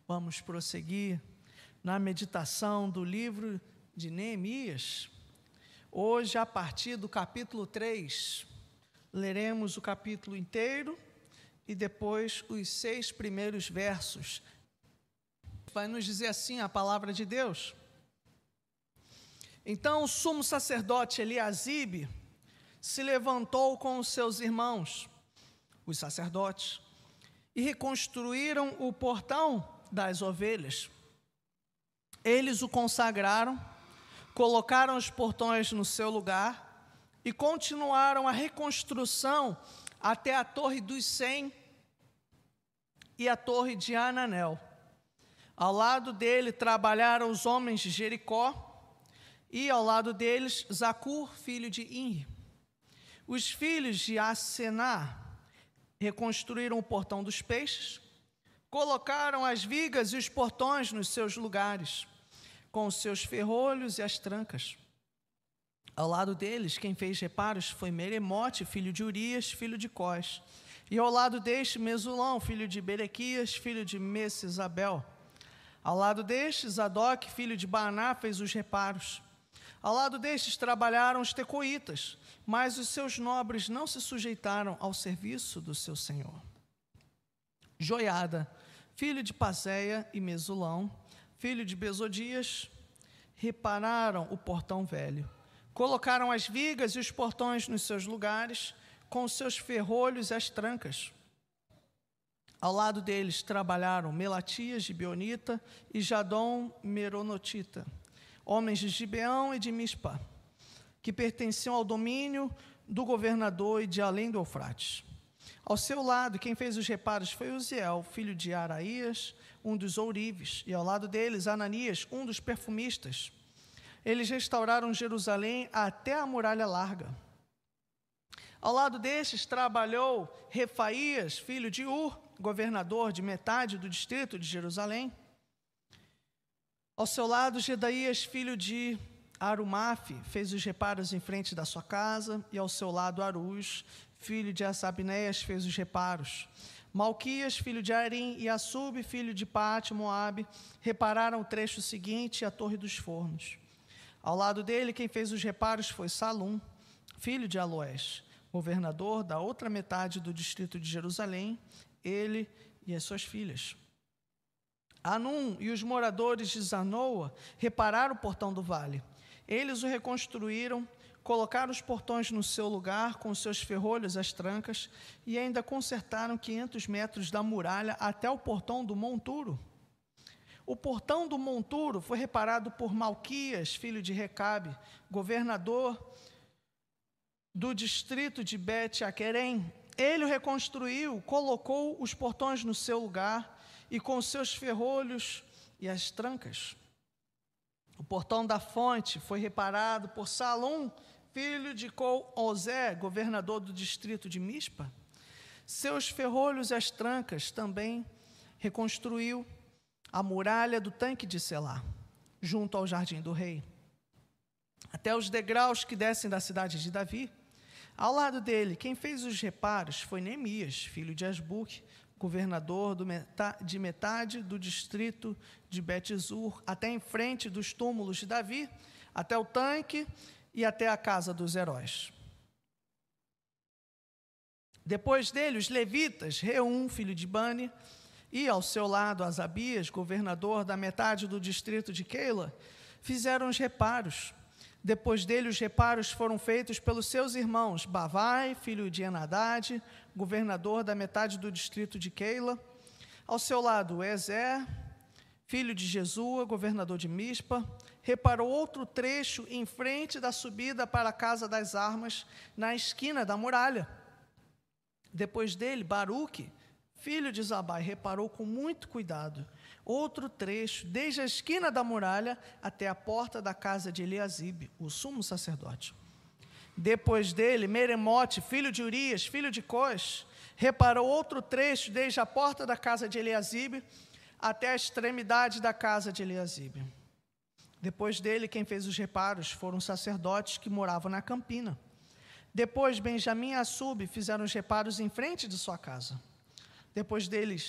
Vamos prosseguir na meditação do livro de Neemias. Hoje, a partir do capítulo 3, leremos o capítulo inteiro e depois os 6 primeiros versos. Vai nos dizer assim a palavra de Deus. Então o sumo sacerdote Eliasibe se levantou com os seus irmãos, os sacerdotes, e reconstruíram o portão das ovelhas. Eles o consagraram, colocaram os portões no seu lugar e continuaram a reconstrução até a Torre dos 100 e a Torre de Ananel. Ao lado dele trabalharam os homens de Jericó e ao lado deles Zacur, filho de Inri. Os filhos de Asená reconstruíram o portão dos peixes, colocaram as vigas e os portões nos seus lugares, com os seus ferrolhos e as trancas. Ao lado deles, quem fez reparos foi Meremote, filho de Urias, filho de Cós. E ao lado deste, Mesulão, filho de Berequias, filho de Messesabel. Ao lado deste, Zadok, filho de Baaná, fez os reparos. Ao lado destes trabalharam os tecoítas, mas os seus nobres não se sujeitaram ao serviço do seu senhor. Joiada, filho de Paseia e Mesulão, filho de Bezodias, repararam o portão velho. Colocaram as vigas e os portões nos seus lugares, com os seus ferrolhos e as trancas. Ao lado deles trabalharam Melatias de Beonita e Jadom Meronotita, homens de Gibeão e de Mispa, que pertenciam ao domínio do governador e de além do Eufrates. Ao seu lado, quem fez os reparos foi Uziel, filho de Araías, um dos ourives, e ao lado deles, Ananias, um dos perfumistas. Eles restauraram Jerusalém até a muralha larga. Ao lado destes trabalhou Refaías, filho de Ur, governador de metade do distrito de Jerusalém. Ao seu lado, Gedaías, filho de Arumafe, fez os reparos em frente da sua casa, e ao seu lado, Aruz, filho de Assabneias, fez os reparos. Malquias, filho de Arim, e Assub, filho de Paate, Moabe, repararam o trecho seguinte, a Torre dos Fornos. Ao lado dele, quem fez os reparos foi Salum, filho de Aloés, governador da outra metade do distrito de Jerusalém, ele e as suas filhas. Anum e os moradores de Zanoa repararam o portão do vale. Eles o reconstruíram, colocaram os portões no seu lugar, com seus ferrolhos e as trancas, e ainda consertaram 500 metros da muralha até o portão do monturo. O portão do monturo foi reparado por Malquias, filho de Recabe, governador do distrito de Bet-Aquerem. Ele o reconstruiu, colocou os portões no seu lugar, e com seus ferrolhos e as trancas. O portão da fonte foi reparado por Salum, filho de Col-Ozé, governador do distrito de Mispa. Seus ferrolhos e as trancas também reconstruiu a muralha do tanque de Selá, junto ao jardim do rei, até os degraus que descem da cidade de Davi. Ao lado dele, quem fez os reparos foi Neemias, filho de Asbuque, governador de metade do distrito de Bet-Zur, até em frente dos túmulos de Davi, até o tanque e até a casa dos heróis. Depois dele, os levitas, Reum, filho de Bani, e ao seu lado Asabias, governador da metade do distrito de Keila, fizeram os reparos. Depois dele, os reparos foram feitos pelos seus irmãos, Bavai, filho de Enadad, governador da metade do distrito de Keila. Ao seu lado, Ezer, filho de Jesua, governador de Mispa, reparou outro trecho em frente da subida para a Casa das Armas, na esquina da muralha. Depois dele, Baruque, filho de Zabai, reparou com muito cuidado outro trecho, desde a esquina da muralha até a porta da casa de Eliasibe, o sumo sacerdote. Depois dele, Meremote, filho de Urias, filho de Cós, reparou outro trecho, desde a porta da casa de Eliasibe até a extremidade da casa de Eliasibe. Depois dele, quem fez os reparos foram os sacerdotes que moravam na campina. Depois, Benjamim e Assub fizeram os reparos em frente de sua casa. Depois deles,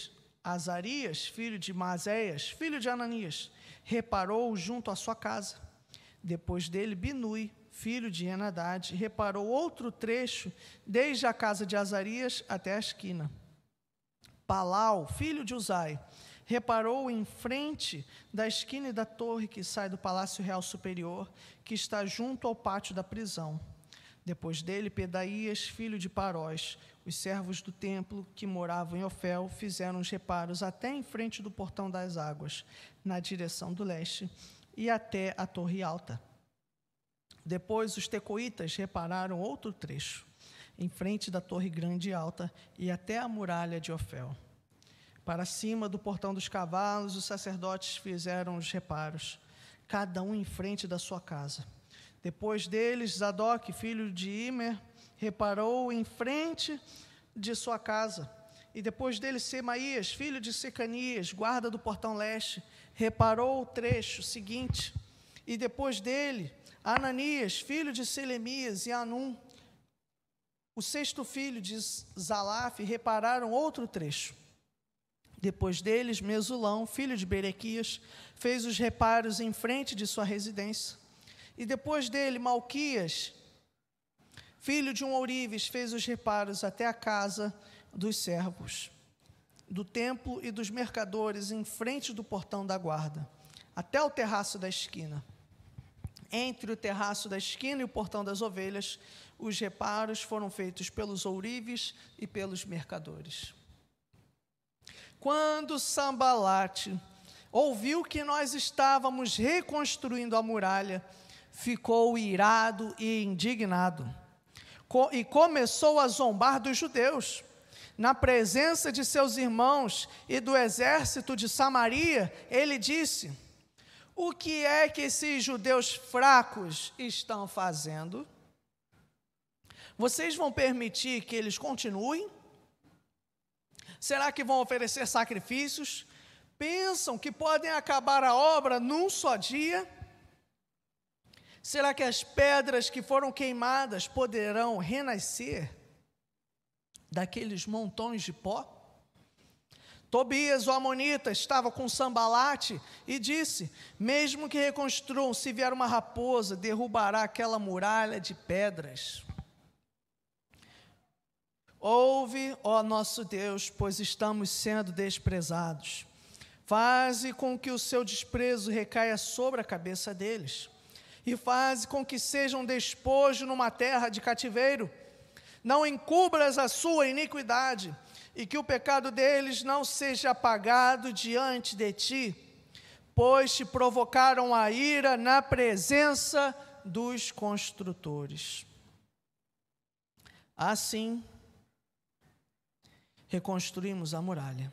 Azarias, filho de Maazéias, filho de Ananias, reparou junto à sua casa. Depois dele, Binui, filho de Henadade, reparou outro trecho, desde a casa de Azarias até a esquina. Palau, filho de Uzai, reparou em frente da esquina e da torre que sai do Palácio Real Superior, que está junto ao pátio da prisão. Depois dele, Pedaías, filho de Parós, os servos do templo que moravam em Ofel, fizeram os reparos até em frente do portão das águas, na direção do leste, e até a torre alta. Depois, os tecoitas repararam outro trecho, em frente da torre grande e alta, e até a muralha de Ofel. Para cima do portão dos cavalos, os sacerdotes fizeram os reparos, cada um em frente da sua casa. Depois deles, Zadok, filho de Imer, reparou em frente de sua casa. E depois dele, Semaías, filho de Secanias, guarda do portão leste, reparou o trecho seguinte. E depois dele, Ananias, filho de Selemias, e Anum, o sexto filho de Zalaf, repararam outro trecho. Depois deles, Mesulão, filho de Berequias, fez os reparos em frente de sua residência. E depois dele, Malquias, filho de um ourives, fez os reparos até a casa dos servos, do templo e dos mercadores, em frente do portão da guarda, até o terraço da esquina. Entre o terraço da esquina e o portão das ovelhas, os reparos foram feitos pelos ourives e pelos mercadores. Quando Sambalate ouviu que nós estávamos reconstruindo a muralha, ficou irado e indignado, e começou a zombar dos judeus. Na presença de seus irmãos e do exército de Samaria, ele disse: o que é que esses judeus fracos estão fazendo? Vocês vão permitir que eles continuem? Será que vão oferecer sacrifícios? Pensam que podem acabar a obra num só dia? Será que as pedras que foram queimadas poderão renascer daqueles montões de pó? Tobias, o amonita, estava com Sambalate e disse: mesmo que reconstruam, se vier uma raposa, derrubará aquela muralha de pedras. Ouve, ó nosso Deus, pois estamos sendo desprezados. Faze com que o seu desprezo recaia sobre a cabeça deles, e faze com que sejam despojo numa terra de cativeiro. Não encubras a sua iniquidade, e que o pecado deles não seja apagado diante de ti, pois te provocaram a ira na presença dos construtores. Assim, reconstruímos a muralha.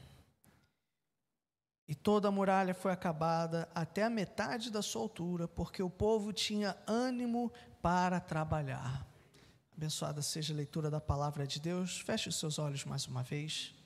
E toda a muralha foi acabada até a metade da sua altura, porque o povo tinha ânimo para trabalhar. Abençoada seja a leitura da palavra de Deus. Feche os seus olhos mais uma vez.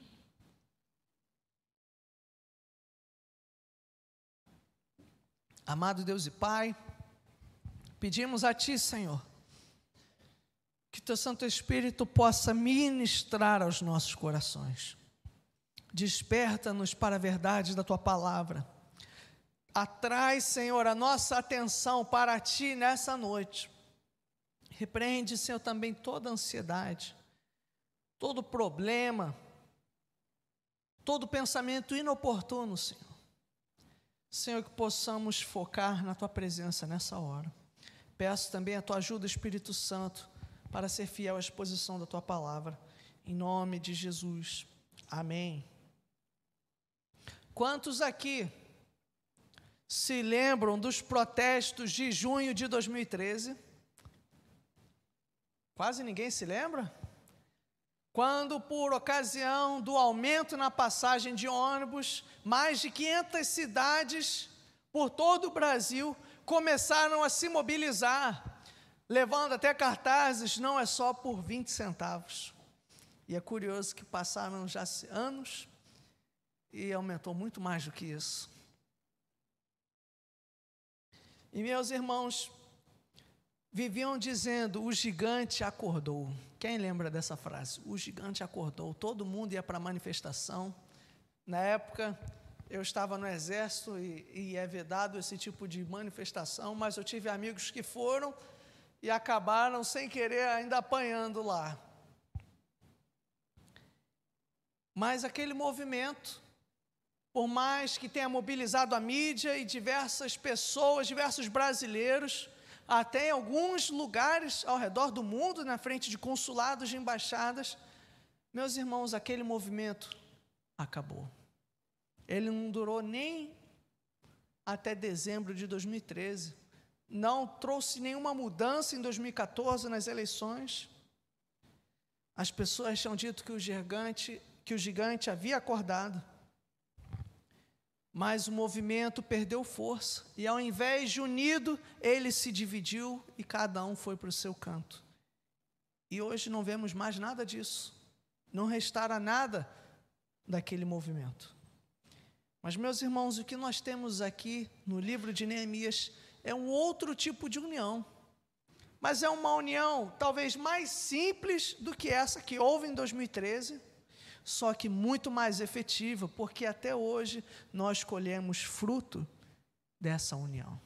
Amado Deus e Pai, pedimos a Ti, Senhor, que Teu Santo Espírito possa ministrar aos nossos corações. Desperta-nos para a verdade da Tua palavra. Atrai, Senhor, a nossa atenção para Ti nessa noite. Repreende, Senhor, também toda ansiedade, todo problema, todo pensamento inoportuno, Senhor. Senhor, que possamos focar na Tua presença nessa hora. Peço também a Tua ajuda, Espírito Santo, para ser fiel à exposição da Tua palavra. Em nome de Jesus. Amém. Quantos aqui se lembram dos protestos de junho de 2013? Quase ninguém se lembra? Quando, por ocasião do aumento na passagem de ônibus, mais de 500 cidades por todo o Brasil começaram a se mobilizar, levando até cartazes: não é só por 20 centavos. E é curioso que passaram já anos e aumentou muito mais do que isso. E meus irmãos, viviam dizendo: o gigante acordou. Quem lembra dessa frase? O gigante acordou. Todo mundo ia para a manifestação, Na época, eu estava no exército e é vedado esse tipo de manifestação, mas eu tive amigos que foram e acabaram sem querer ainda apanhando lá. Mas aquele movimento, por mais que tenha mobilizado a mídia e diversas pessoas, diversos brasileiros, até em alguns lugares ao redor do mundo, na frente de consulados, de embaixadas, meus irmãos, aquele movimento acabou. Ele não durou nem até dezembro de 2013. Não trouxe nenhuma mudança em 2014 nas eleições. As pessoas tinham dito que o gigante havia acordado. Mas o movimento perdeu força. E ao invés de unido, ele se dividiu e cada um foi para o seu canto. E hoje não vemos mais nada disso. Não restara nada daquele movimento. Mas, meus irmãos, o que nós temos aqui no livro de Neemias é um outro tipo de união. Mas é uma união talvez mais simples do que essa que houve em 2013, só que muito mais efetiva, porque até hoje nós colhemos fruto dessa união.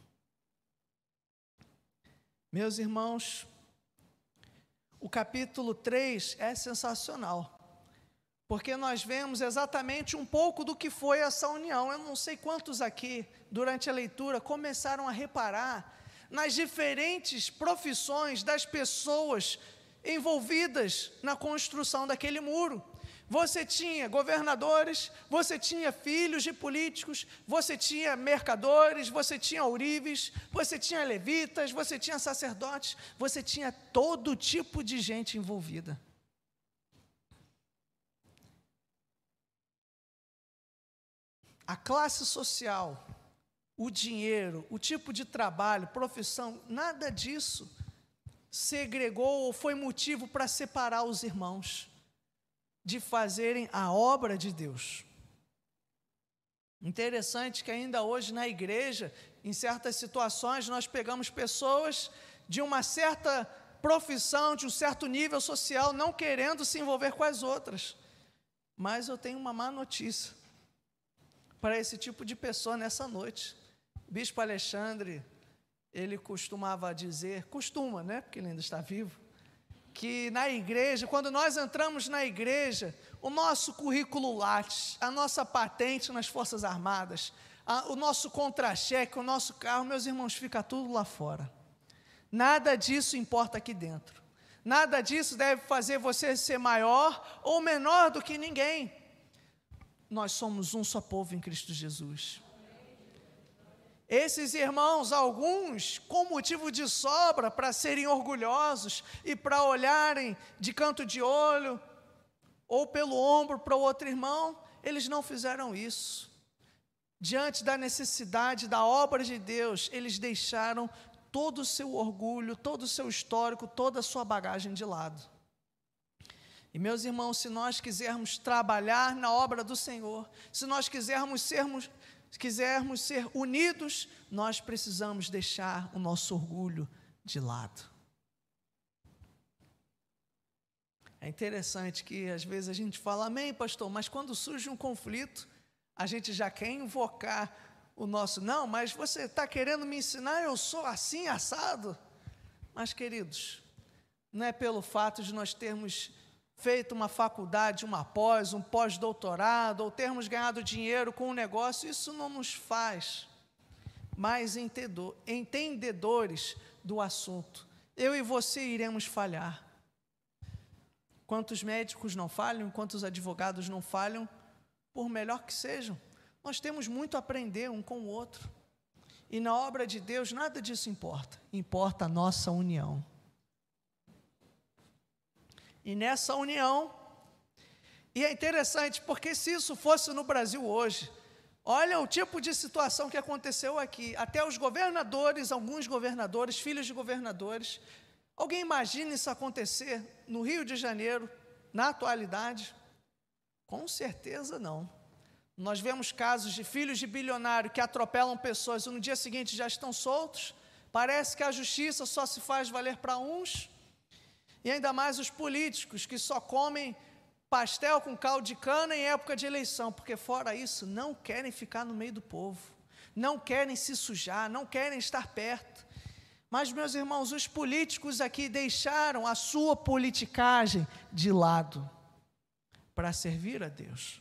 Meus irmãos, o capítulo 3 é sensacional, porque nós vemos exatamente um pouco do que foi essa união. Eu não sei quantos aqui, durante a leitura, começaram a reparar nas diferentes profissões das pessoas envolvidas na construção daquele muro. Você tinha governadores, você tinha filhos de políticos, você tinha mercadores, você tinha ourives, você tinha levitas, você tinha sacerdotes, você tinha todo tipo de gente envolvida. A classe social, o dinheiro, o tipo de trabalho, profissão, nada disso segregou ou foi motivo para separar os irmãos de fazerem a obra de Deus. Interessante que ainda hoje na igreja, em certas situações, nós pegamos pessoas de uma certa profissão, de um certo nível social, não querendo se envolver com as outras. Mas eu tenho uma má notícia para esse tipo de pessoa nessa noite. Bispo Alexandre, ele costumava dizer, porque ele ainda está vivo, que na igreja, quando nós entramos na igreja, o nosso currículo Lattes, a nossa patente nas Forças Armadas, o nosso contra-cheque, o nosso carro, meus irmãos, fica tudo lá fora. Nada disso importa aqui dentro. Nada disso deve fazer você ser maior ou menor do que ninguém. Nós somos um só povo em Cristo Jesus. Esses irmãos, alguns com motivo de sobra para serem orgulhosos e para olharem de canto de olho ou pelo ombro para o outro irmão, eles não fizeram isso. Diante da necessidade da obra de Deus, eles deixaram todo o seu orgulho, todo o seu histórico, toda a sua bagagem de lado. E, meus irmãos, se nós quisermos trabalhar na obra do Senhor, se nós quisermos ser unidos, nós precisamos deixar o nosso orgulho de lado. É interessante que às vezes a gente fala, amém, pastor, mas quando surge um conflito, a gente já quer invocar o nosso, não, mas você está querendo me ensinar, eu sou assim, assado. Mas, queridos, não é pelo fato de nós termos feito uma faculdade, uma pós, um pós-doutorado, ou termos ganhado dinheiro com um negócio, isso não nos faz mais entendedores do assunto. Eu e você iremos falhar. Quantos médicos não falham, quantos advogados não falham, por melhor que sejam, nós temos muito a aprender um com o outro. E na obra de Deus nada disso importa, importa a nossa união. E nessa união, e é interessante porque se isso fosse no Brasil hoje, olha o tipo de situação que aconteceu aqui, até os governadores, alguns governadores, filhos de governadores, alguém imagina isso acontecer no Rio de Janeiro, na atualidade? Com certeza não. Nós vemos casos de filhos de bilionário que atropelam pessoas e no dia seguinte já estão soltos, parece que a justiça só se faz valer para uns, e ainda mais os políticos que só comem pastel com caldo de cana em época de eleição, porque fora isso, não querem ficar no meio do povo, não querem se sujar, não querem estar perto. Mas, meus irmãos, os políticos aqui deixaram a sua politicagem de lado para servir a Deus.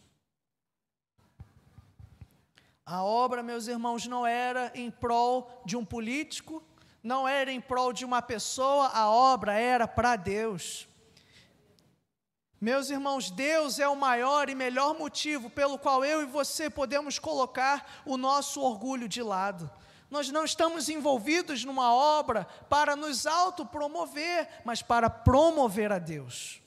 A obra, meus irmãos, não era em prol de um político, não era em prol de uma pessoa, a obra era para Deus. Meus irmãos, Deus é o maior e melhor motivo pelo qual eu e você podemos colocar o nosso orgulho de lado. Nós não estamos envolvidos numa obra para nos autopromover, mas para promover a Deus.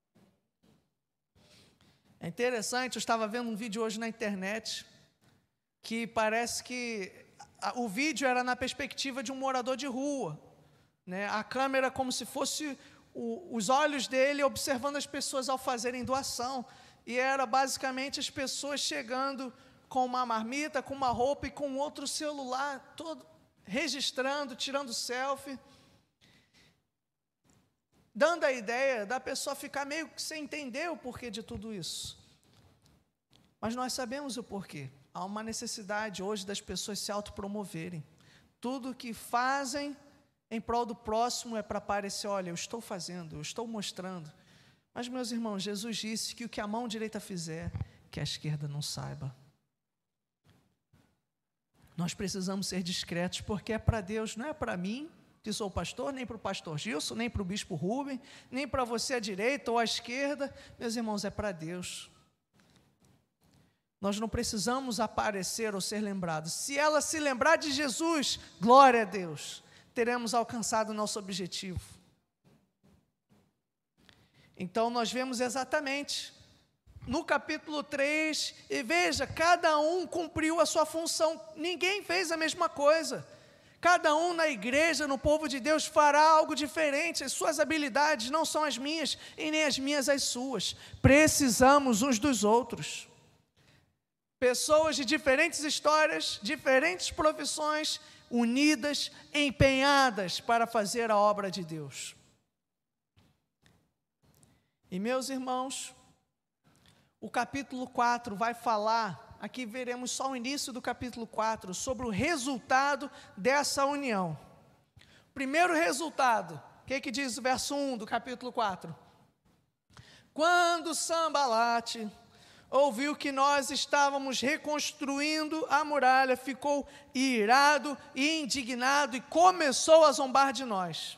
É interessante, eu estava vendo um vídeo hoje na internet, que parece que o vídeo era na perspectiva de um morador de rua, né? A câmera como se fosse os olhos dele observando as pessoas ao fazerem doação, e era basicamente as pessoas chegando com uma marmita, com uma roupa e com outro celular, todo registrando, tirando selfie, dando a ideia da pessoa ficar meio que sem entender o porquê de tudo isso. Mas nós sabemos o porquê. Há uma necessidade hoje das pessoas se autopromoverem. Tudo que fazem em prol do próximo é para parecer, olha, eu estou fazendo, eu estou mostrando. Mas, meus irmãos, Jesus disse que o que a mão direita fizer, que a esquerda não saiba. Nós precisamos ser discretos, porque é para Deus, não é para mim, que sou pastor, nem para o pastor Gilson, nem para o bispo Rubem, nem para você à direita ou à esquerda. Meus irmãos, é para Deus. Nós não precisamos aparecer ou ser lembrados. Se ela se lembrar de Jesus, glória a Deus, teremos alcançado o nosso objetivo. Então, nós vemos exatamente no capítulo 3, e veja, cada um cumpriu a sua função, ninguém fez a mesma coisa. Cada um na igreja, no povo de Deus, fará algo diferente. As suas habilidades não são as minhas, e nem as minhas as suas. Precisamos uns dos outros. Pessoas de diferentes histórias, diferentes profissões, unidas, empenhadas para fazer a obra de Deus. E, meus irmãos, o capítulo 4 vai falar, aqui veremos só o início do capítulo 4, sobre o resultado dessa união. Primeiro resultado, o que diz o verso 1 do capítulo 4? Quando Sambalate ouviu que nós estávamos reconstruindo a muralha, ficou irado e indignado e começou a zombar de nós.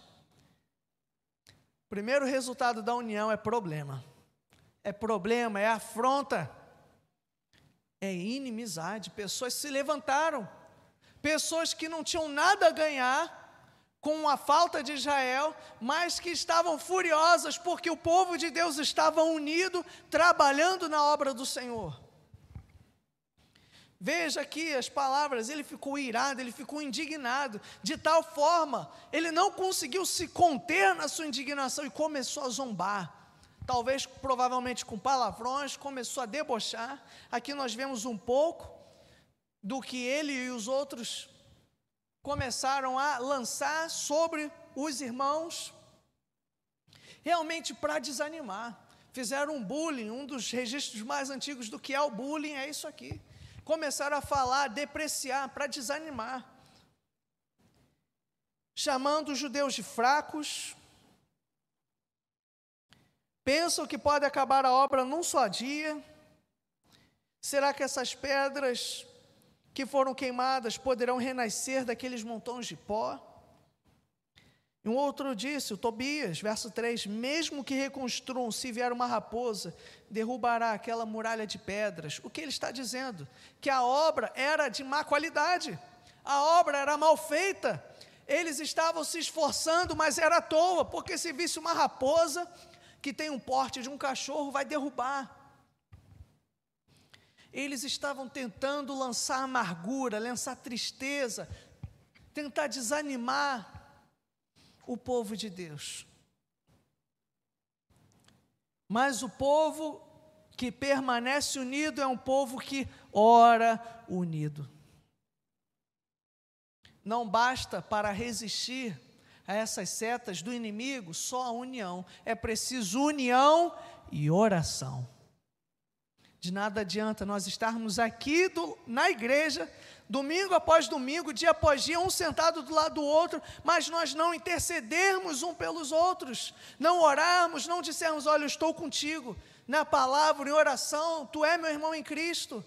O primeiro resultado da união é problema. É problema, é afronta, é inimizade. Pessoas se levantaram, pessoas que não tinham nada a ganhar com a falta de Israel, mas que estavam furiosas porque o povo de Deus estava unido, trabalhando na obra do Senhor. Veja aqui as palavras, ele ficou irado, ele ficou indignado, de tal forma, ele não conseguiu se conter na sua indignação e começou a zombar. Talvez, provavelmente com palavrões, começou a debochar. Aqui nós vemos um pouco do que ele e os outros começaram a lançar sobre os irmãos, realmente para desanimar. Fizeram um bullying, um dos registros mais antigos do que é o bullying é isso aqui. Começaram a falar, depreciar, para desanimar, chamando os judeus de fracos. Pensam que pode acabar a obra num só dia. Será que essas pedras que foram queimadas poderão renascer daqueles montões de pó? E um outro disse, o Tobias, verso 3, mesmo que reconstruam, se vier uma raposa, derrubará aquela muralha de pedras. O que ele está dizendo? Que a obra era de má qualidade, a obra era mal feita, eles estavam se esforçando, mas era à toa, porque se visse uma raposa que tem um porte de um cachorro, vai derrubar. Eles estavam tentando lançar amargura, lançar tristeza, tentar desanimar o povo de Deus. Mas o povo que permanece unido é um povo que ora unido. Não basta para resistir a essas setas do inimigo só a união. É preciso união e oração. De nada adianta nós estarmos aqui na igreja, domingo após domingo, dia após dia, um sentado do lado do outro, mas nós não intercedermos um pelos outros, não orarmos, não dissermos, olha, eu estou contigo, na palavra, em oração, tu é meu irmão em Cristo.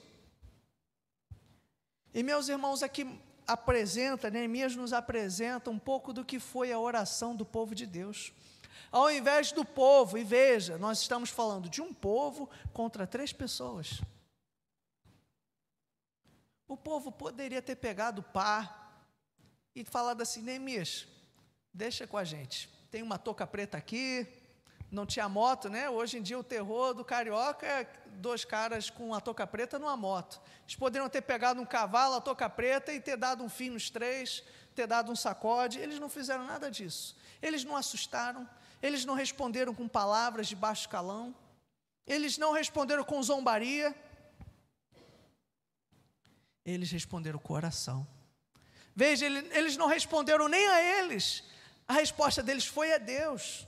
E meus irmãos, aqui Neemias nos apresenta um pouco do que foi a oração do povo de Deus. Ao invés do povo, e veja, nós estamos falando de um povo contra 3 pessoas. O povo poderia ter pegado o pá e falado assim, Neemias, deixa com a gente, tem uma touca preta aqui, não tinha moto, né? Hoje em dia o terror do carioca é 2 caras com a touca preta numa moto. Eles poderiam ter pegado um cavalo, a touca preta e ter dado um fim nos 3, ter dado um sacode. Eles não fizeram nada disso. Eles não assustaram, eles não responderam com palavras de baixo calão, eles não responderam com zombaria, eles responderam com oração. Veja, eles não responderam nem a eles, a resposta deles foi a Deus.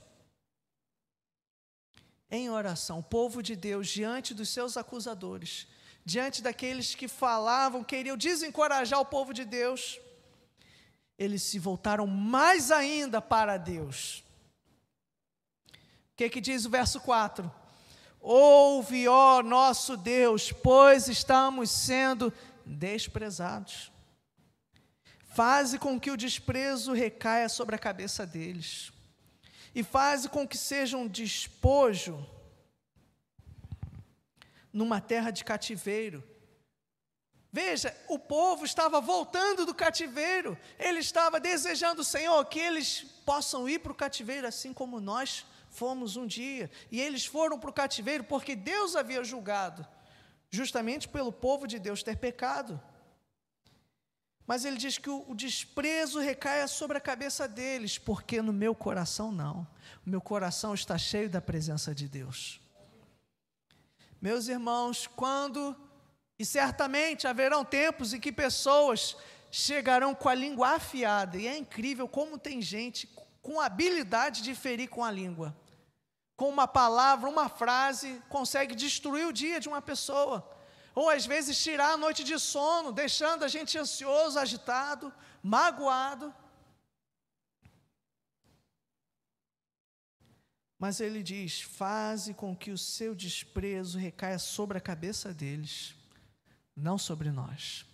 Em oração, o povo de Deus, diante dos seus acusadores, diante daqueles que falavam, queriam desencorajar o povo de Deus, eles se voltaram mais ainda para Deus. O que diz o verso 4? Ouve, ó nosso Deus, pois estamos sendo desprezados. Faze com que o desprezo recaia sobre a cabeça deles, e faze com que seja um despojo numa terra de cativeiro. Veja, o povo estava voltando do cativeiro, ele estava desejando, Senhor, que eles possam ir para o cativeiro, assim como nós fomos um dia, e eles foram para o cativeiro, porque Deus havia julgado, justamente pelo povo de Deus ter pecado. Mas ele diz que o desprezo recaia sobre a cabeça deles, porque no meu coração não, o meu coração está cheio da presença de Deus. Meus irmãos, e certamente haverão tempos em que pessoas chegarão com a língua afiada, e é incrível como tem gente com habilidade de ferir com a língua, com uma palavra, uma frase, consegue destruir o dia de uma pessoa, ou às vezes tirar a noite de sono, deixando a gente ansioso, agitado, magoado. Mas ele diz, faze com que o seu desprezo recaia sobre a cabeça deles, não sobre nós.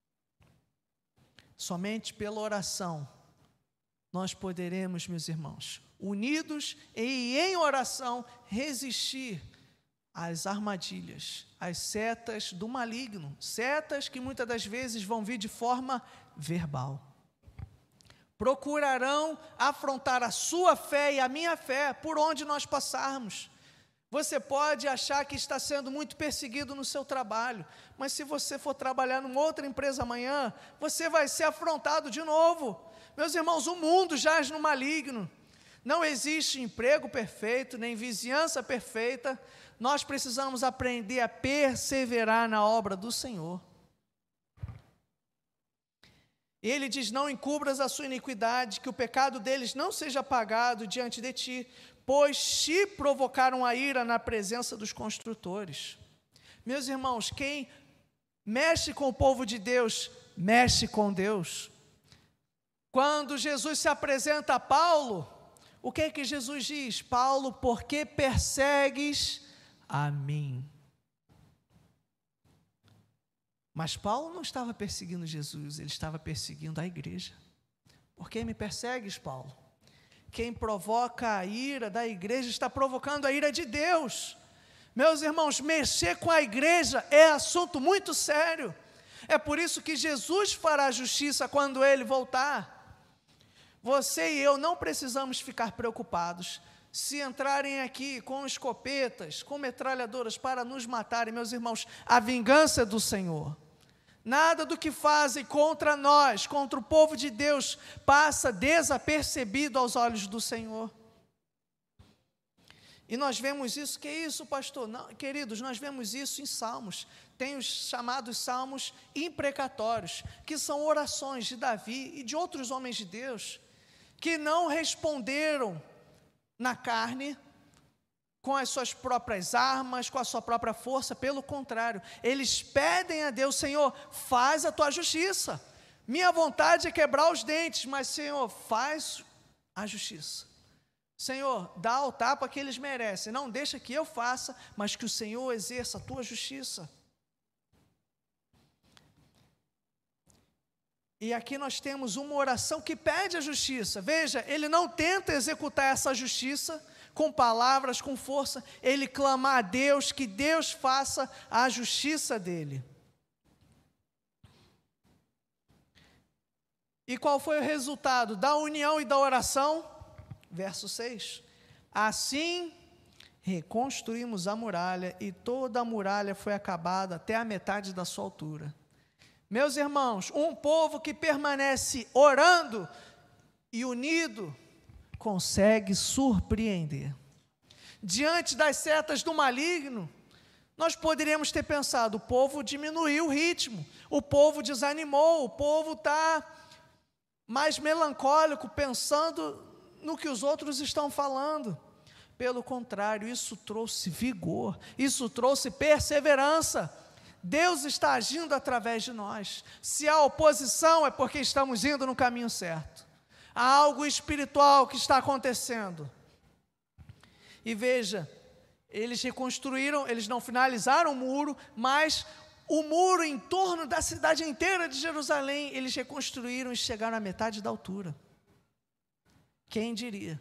Somente pela oração, nós poderemos, meus irmãos, unidos e em oração, resistir às armadilhas, às setas do maligno, setas que muitas das vezes vão vir de forma verbal. Procurarão afrontar a sua fé e a minha fé por onde nós passarmos. Você pode achar que está sendo muito perseguido no seu trabalho, mas se você for trabalhar numa outra empresa amanhã, você vai ser afrontado de novo. Meus irmãos, o mundo jaz no maligno. Não existe emprego perfeito, nem vizinhança perfeita. Nós precisamos aprender a perseverar na obra do Senhor. Ele diz, não encubras a sua iniquidade, que o pecado deles não seja apagado diante de ti, pois te provocaram a ira na presença dos construtores. Meus irmãos, quem mexe com o povo de Deus, mexe com Deus. Quando Jesus se apresenta a Paulo, o que é que Jesus diz? Paulo, por que persegues a mim? Mas Paulo não estava perseguindo Jesus, ele estava perseguindo a igreja. Por que me persegues, Paulo? Quem provoca a ira da igreja está provocando a ira de Deus. Meus irmãos, mexer com a igreja é assunto muito sério. É por isso que Jesus fará justiça quando ele voltar. Você e eu não precisamos ficar preocupados. Se entrarem aqui com escopetas, com metralhadoras para nos matarem, meus irmãos, a vingança é do Senhor. Nada do que fazem contra nós, contra o povo de Deus, passa desapercebido aos olhos do Senhor. E nós vemos isso, que é isso, pastor? Não, queridos, nós vemos isso em Salmos. Tem os chamados Salmos imprecatórios, que são orações de Davi e de outros homens de Deus, que não responderam na carne, com as suas próprias armas, com a sua própria força. Pelo contrário, eles pedem a Deus: Senhor, faz a tua justiça. Minha vontade é quebrar os dentes, mas, Senhor, faz a justiça. Senhor, dá o tapa que eles merecem. Não deixa que eu faça, mas que o Senhor exerça a tua justiça. E aqui nós temos uma oração que pede a justiça. Veja, ele não tenta executar essa justiça com palavras, com força. Ele clama a Deus que Deus faça a justiça dele. E qual foi o resultado da união e da oração? Verso 6. Assim reconstruímos a muralha, e toda a muralha foi acabada até a metade da sua altura. Meus irmãos, um povo que permanece orando e unido, consegue surpreender. Diante das setas do maligno, nós poderíamos ter pensado: o povo diminuiu o ritmo, o povo desanimou, o povo está mais melancólico, pensando no que os outros estão falando. Pelo contrário, isso trouxe vigor, isso trouxe perseverança. Deus está agindo através de nós. Se há oposição, é porque estamos indo no caminho certo. Há algo espiritual que está acontecendo. E veja, eles reconstruíram, eles não finalizaram o muro, mas o muro em torno da cidade inteira de Jerusalém, eles reconstruíram e chegaram à metade da altura. Quem diria?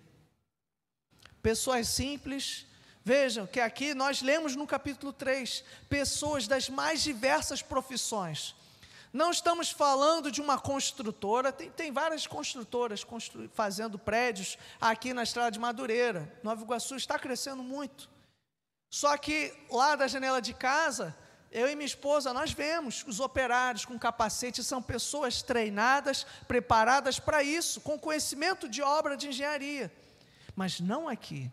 Pessoas simples. Vejam que aqui nós lemos no capítulo 3, pessoas das mais diversas profissões. Não estamos falando de uma construtora, tem várias construtoras fazendo prédios aqui na Estrada de Madureira. Nova Iguaçu está crescendo muito. Só que lá da janela de casa, eu e minha esposa, nós vemos os operários com capacete, são pessoas treinadas, preparadas para isso, com conhecimento de obra de engenharia. Mas não aqui.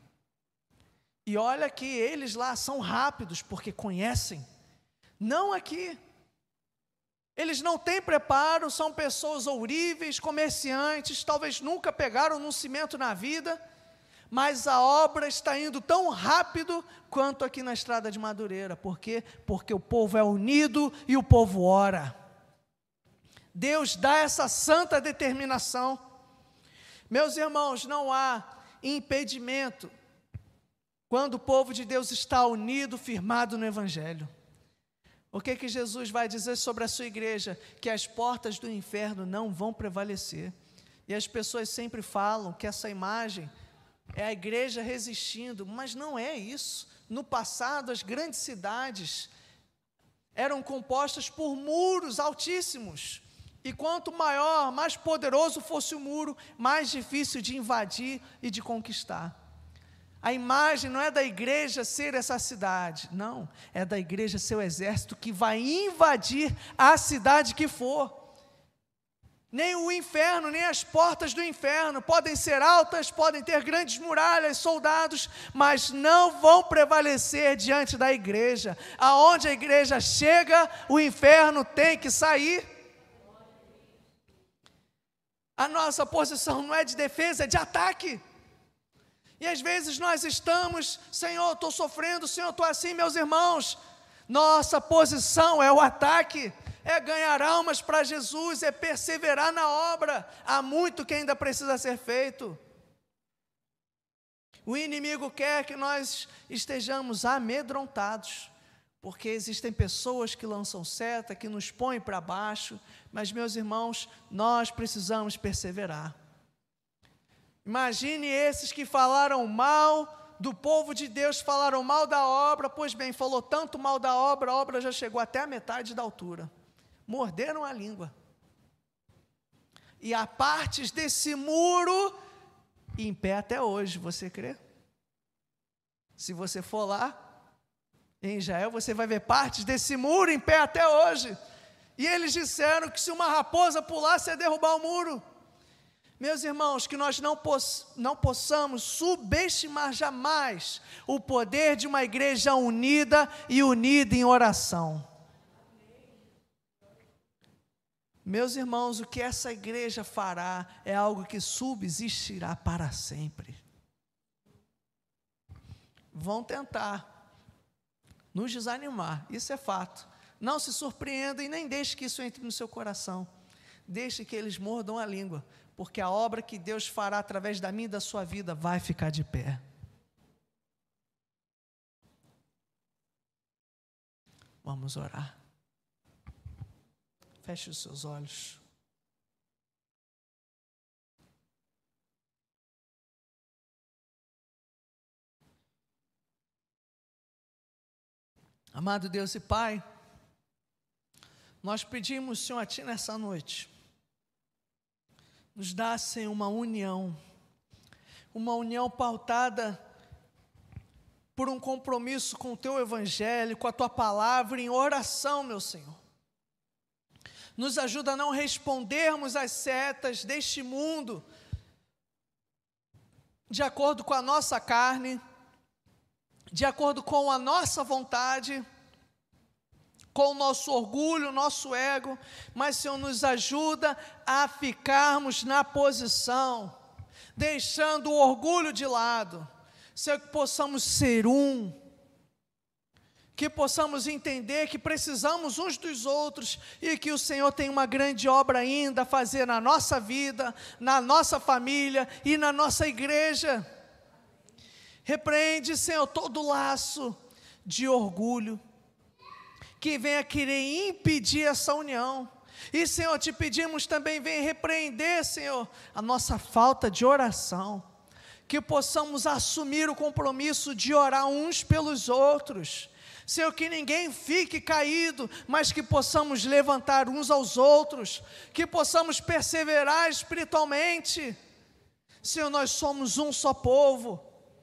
E olha que eles lá são rápidos, porque conhecem. Não aqui. Eles não têm preparo, são pessoas ouríveis, comerciantes, talvez nunca pegaram num cimento na vida, mas a obra está indo tão rápido quanto aqui na Estrada de Madureira. Por quê? Porque o povo é unido e o povo ora. Deus dá essa santa determinação. Meus irmãos, não há impedimento quando o povo de Deus está unido, firmado no Evangelho. O que Jesus vai dizer sobre a sua igreja? Que as portas do inferno não vão prevalecer. E as pessoas sempre falam que essa imagem é a igreja resistindo, mas não é isso. No passado, as grandes cidades eram compostas por muros altíssimos. E quanto maior, mais poderoso fosse o muro, mais difícil de invadir e de conquistar. A imagem não é da igreja ser essa cidade, não, é da igreja ser o exército que vai invadir a cidade que for. Nem o inferno, nem as portas do inferno podem ser altas, podem ter grandes muralhas, soldados, mas não vão prevalecer diante da igreja. Aonde a igreja chega, o inferno tem que sair. A nossa posição não é de defesa, é de ataque. E às vezes nós estamos: Senhor, estou sofrendo, Senhor, estou assim. Meus irmãos, nossa posição é o ataque, é ganhar almas para Jesus, é perseverar na obra. Há muito que ainda precisa ser feito. O inimigo quer que nós estejamos amedrontados, porque existem pessoas que lançam seta, que nos põem para baixo, mas, meus irmãos, nós precisamos perseverar. Imagine esses que falaram mal do povo de Deus, falaram mal da obra. Pois bem, falou tanto mal da obra, a obra já chegou até a metade da altura. Morderam a língua. E há partes desse muro em pé até hoje, você crê? Se você for lá em Israel, você vai ver partes desse muro em pé até hoje. E eles disseram que se uma raposa pulasse, ia derrubar o muro. Meus irmãos, que nós não possamos subestimar jamais o poder de uma igreja unida e unida em oração. Meus irmãos, o que essa igreja fará é algo que subsistirá para sempre. vão tentar nos desanimar, isso é fato. Não se surpreenda e nem deixe que isso entre no seu coração. Deixe que eles mordam a língua, porque a obra que Deus fará através da minha e da sua vida vai ficar de pé. Vamos orar. Feche os seus olhos. Amado Deus e Pai, nós pedimos, Senhor, a Ti nessa noite, nos dá, Senhor, uma união pautada por um compromisso com o Teu Evangelho, com a Tua Palavra, em oração, meu Senhor. Nos ajuda a não respondermos às setas deste mundo, de acordo com a nossa carne, de acordo com a nossa vontade, com o nosso orgulho, nosso ego, mas, Senhor, nos ajuda a ficarmos na posição, deixando o orgulho de lado, Senhor, que possamos ser um, que possamos entender que precisamos uns dos outros e que o Senhor tem uma grande obra ainda a fazer na nossa vida, na nossa família e na nossa igreja. Repreende, Senhor, todo laço de orgulho que venha querer impedir essa união. E, Senhor, te pedimos também, venha repreender, Senhor, a nossa falta de oração, que possamos assumir o compromisso de orar uns pelos outros. Senhor, que ninguém fique caído, mas que possamos levantar uns aos outros, que possamos perseverar espiritualmente. Senhor, nós somos um só povo.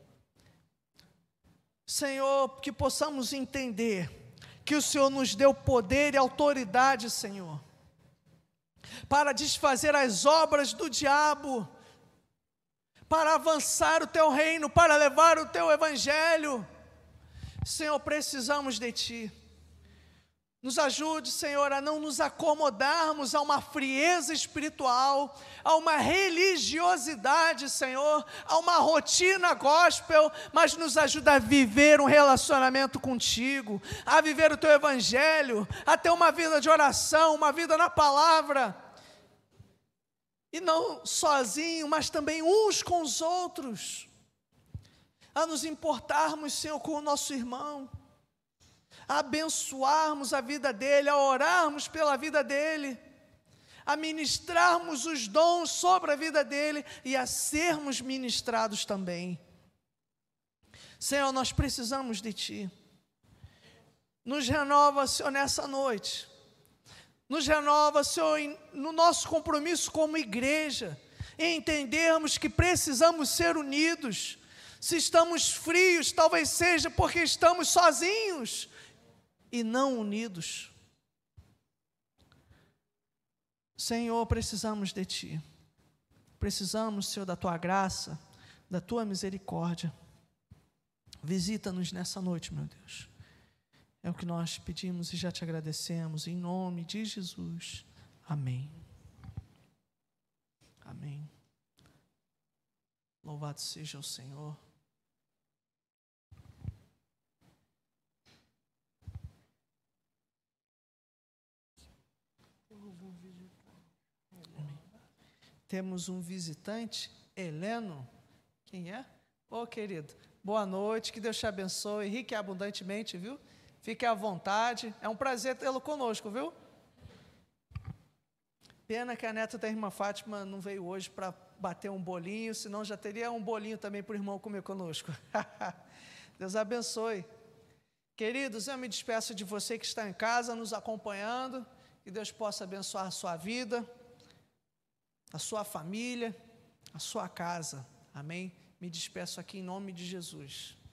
Senhor, que possamos entender que o Senhor nos deu poder e autoridade, Senhor, para desfazer as obras do diabo, para avançar o Teu reino, para levar o Teu Evangelho. Senhor, precisamos de Ti. Nos ajude, Senhor, a não nos acomodarmos a uma frieza espiritual, a uma religiosidade, Senhor, a uma rotina gospel, mas nos ajuda a viver um relacionamento contigo, a viver o Teu Evangelho, a ter uma vida de oração, uma vida na palavra, e não sozinho, mas também uns com os outros, a nos importarmos, Senhor, com o nosso irmão, a abençoarmos a vida dele, a orarmos pela vida dele, a ministrarmos os dons sobre a vida dele e a sermos ministrados também. Senhor, nós precisamos de Ti. Nos renova, Senhor, nessa noite. Nos renova, Senhor, no nosso compromisso como igreja, em entendermos que precisamos ser unidos. Se estamos frios, talvez seja porque estamos sozinhos e não unidos. Senhor, precisamos de Ti. Precisamos, Senhor, da Tua graça, da Tua misericórdia. Visita-nos nessa noite, meu Deus. É o que nós pedimos e já Te agradecemos, em nome de Jesus. Amém. Amém. Louvado seja o Senhor. Temos um visitante, Heleno. Quem é? Ô, querido, boa noite, que Deus te abençoe, rique e abundantemente, viu? Fique à vontade, é um prazer tê-lo conosco, viu? Pena que a neta da irmã Fátima não veio hoje para bater um bolinho, senão já teria um bolinho também para o irmão comer conosco. Deus abençoe. Queridos, eu me despeço de você que está em casa nos acompanhando, que Deus possa abençoar a sua vida, a sua família, a sua casa. Amém? Me despeço aqui em nome de Jesus.